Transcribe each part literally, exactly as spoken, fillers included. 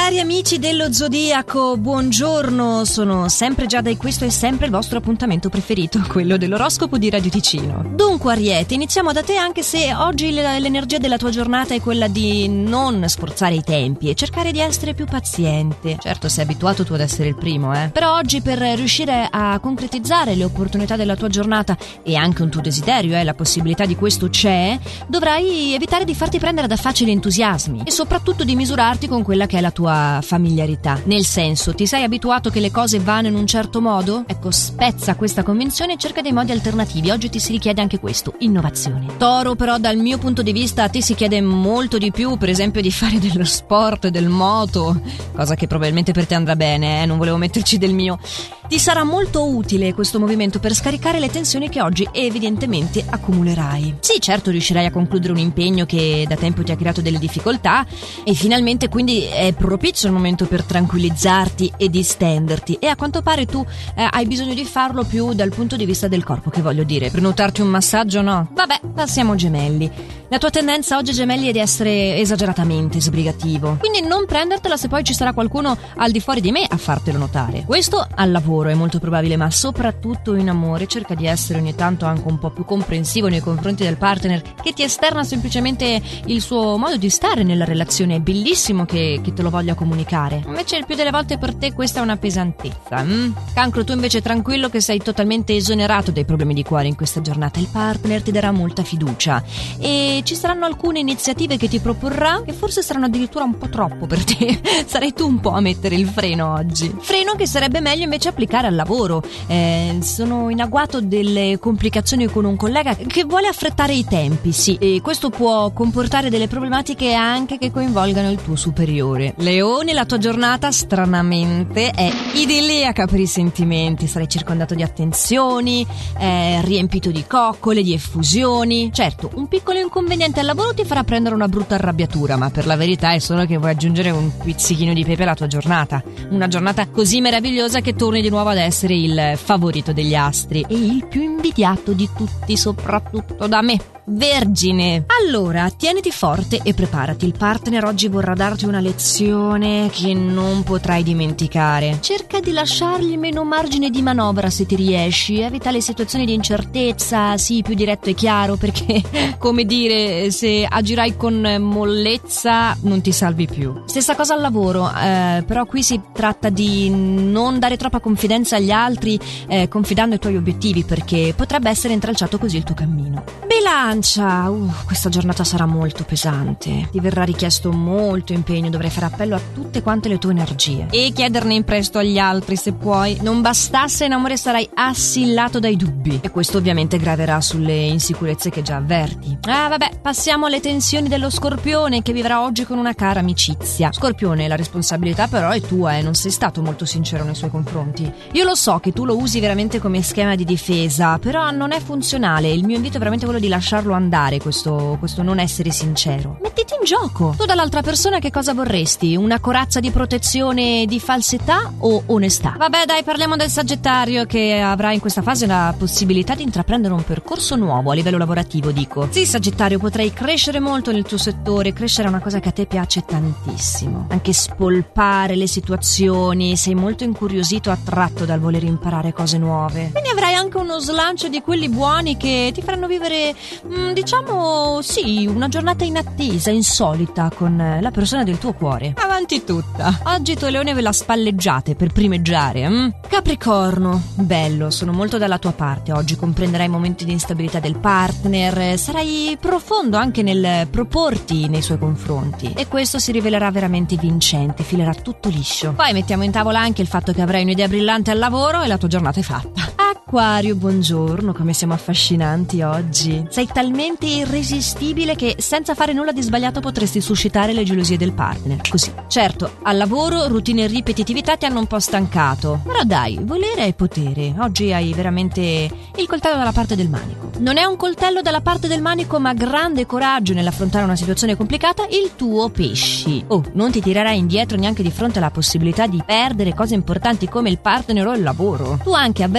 Cari amici dello Zodiaco, buongiorno, sono sempre Giada e questo è sempre il vostro appuntamento preferito, quello dell'oroscopo di Radio Ticino. Dunque Ariete, iniziamo da te, anche se oggi l'energia della tua giornata è quella di non sforzare i tempi e cercare di essere più paziente. Certo, sei abituato tu ad essere il primo, eh. Però oggi, per riuscire a concretizzare le opportunità della tua giornata e anche un tuo desiderio, eh, la possibilità di questo c'è, dovrai evitare di farti prendere da facili entusiasmi e soprattutto di misurarti con quella che è la tua familiarità. Nel senso, ti sei abituato che le cose vanno in un certo modo? Ecco, spezza questa convenzione e cerca dei modi alternativi. Oggi ti si richiede anche questo, innovazione. Toro, però, dal mio punto di vista a te si chiede molto di più, per esempio di fare dello sport, del moto, cosa che probabilmente per te andrà bene, eh? Non volevo metterci del mio. Ti sarà molto utile questo movimento per scaricare le tensioni che oggi evidentemente accumulerai. Sì, certo, riuscirai a concludere un impegno che da tempo ti ha creato delle difficoltà e finalmente quindi è propizio il momento per tranquillizzarti e distenderti, e a quanto pare tu eh, hai bisogno di farlo più dal punto di vista del corpo, che voglio dire, prenotarti un massaggio no? Vabbè, passiamo Gemelli. La tua tendenza oggi, Gemelli, è di essere esageratamente sbrigativo, quindi non prendertela se poi ci sarà qualcuno al di fuori di me a fartelo notare. Questo al lavoro è molto probabile, ma soprattutto in amore cerca di essere ogni tanto anche un po' più comprensivo nei confronti del partner che ti esterna semplicemente il suo modo di stare nella relazione. È bellissimo che, che te lo voglia comunicare, invece il più delle volte per te questa è una pesantezza. mm? Cancro, tu invece tranquillo che sei totalmente esonerato dai problemi di cuore in questa giornata. Il partner ti darà molta fiducia e ci saranno alcune iniziative che ti proporrà che forse saranno addirittura un po' troppo per te. Sarai tu un po' a mettere il freno oggi, freno che sarebbe meglio invece applicare al lavoro. eh, sono in agguato delle complicazioni con un collega che vuole affrettare i tempi, sì, e questo può comportare delle problematiche anche che coinvolgano il tuo superiore. Leone, la tua giornata stranamente è idilliaca per i sentimenti, sarai circondato di attenzioni, eh, riempito di coccole, di effusioni. Certo, un piccolo inconveniente al lavoro ti farà prendere una brutta arrabbiatura, ma per la verità è solo che vuoi aggiungere un pizzichino di pepe alla tua giornata, una giornata così meravigliosa che torni di nuovo ad essere il favorito degli astri e il più invidiato di tutti, soprattutto da me. Vergine, allora tieniti forte e preparati, il partner oggi vorrà darti una lezione che non potrai dimenticare. Cerca di lasciargli meno margine di manovra se ti riesci, evita le situazioni di incertezza, sii più diretto e chiaro, perché come dire, se agirai con mollezza non ti salvi più. Stessa cosa al lavoro, eh, però qui si tratta di non dare troppa confidenza agli altri, eh, confidando i tuoi obiettivi, perché potrebbe essere intralciato così il tuo cammino. Bilancia, Uh, questa giornata sarà molto pesante, ti verrà richiesto molto impegno, dovrai fare appello a tutte quante le tue energie e chiederne in prestito agli altri se puoi. Non bastasse, in amore sarai assillato dai dubbi e questo ovviamente graverà sulle insicurezze che già avverti. Ah vabbè, passiamo alle tensioni dello Scorpione, che vivrà oggi con una cara amicizia. Scorpione, la responsabilità però è tua e non sei stato molto sincero nei suoi confronti. Io lo so che tu lo usi veramente come schema di difesa, però non è funzionale. Il mio invito è veramente quello di lasciarlo andare, questo, questo non essere sincero. Mettiti in gioco. Tu dall'altra persona che cosa vorresti? Una corazza di protezione di falsità o onestà? Vabbè dai, parliamo del Sagittario, che avrà in questa fase la possibilità di intraprendere un percorso nuovo a livello lavorativo, dico. Sì, Sagittario, potrai crescere molto nel tuo settore. Crescere è una cosa che a te piace tantissimo, anche spolpare le situazioni. Sei molto incuriosito, attratto dal voler imparare cose nuove, quindi avrai anche uno slancio di quelli buoni che ti faranno vivere Mm, diciamo sì, una giornata inattesa, insolita con la persona del tuo cuore. Avanti tutta. Oggi tu e Leone ve la spalleggiate per primeggiare. mm? Capricorno, bello, sono molto dalla tua parte. Oggi comprenderai momenti di instabilità del partner, sarai profondo anche nel proporti nei suoi confronti e questo si rivelerà veramente vincente, filerà tutto liscio. Poi mettiamo in tavola anche il fatto che avrai un'idea brillante al lavoro e la tua giornata è fatta. Acquario, buongiorno, come siamo affascinanti oggi. Sei talmente irresistibile che senza fare nulla di sbagliato potresti suscitare le gelosie del partner. Così. Certo, al lavoro routine e ripetitività ti hanno un po' stancato, però dai, volere è potere. Oggi hai veramente il coltello dalla parte del manico. Non è un coltello dalla parte del manico, ma grande coraggio nell'affrontare una situazione complicata, il tuo pesci. Oh, non ti tirerai indietro neanche di fronte alla possibilità di perdere cose importanti come il partner o il lavoro. Tu anche avverti un'esigenza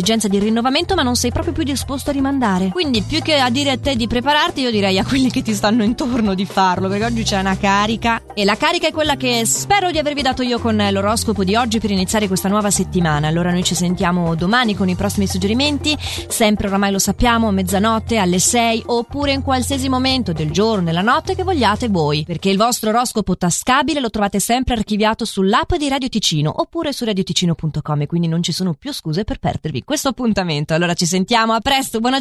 l'esigenza di rinnovamento, ma non sei proprio più disposto a rimandare. Quindi più che a dire a te di prepararti, io direi a quelli che ti stanno intorno di farlo, perché oggi c'è una carica, e la carica è quella che spero di avervi dato io con l'oroscopo di oggi per iniziare questa nuova settimana. Allora noi ci sentiamo domani con i prossimi suggerimenti, sempre oramai lo sappiamo, a mezzanotte, alle sei, oppure in qualsiasi momento del giorno e della notte che vogliate voi, perché il vostro oroscopo tascabile lo trovate sempre archiviato sull'app di Radio Ticino oppure su radioticino punto com, e quindi non ci sono più scuse per perdervi questo appuntamento. Allora ci sentiamo, a presto, buona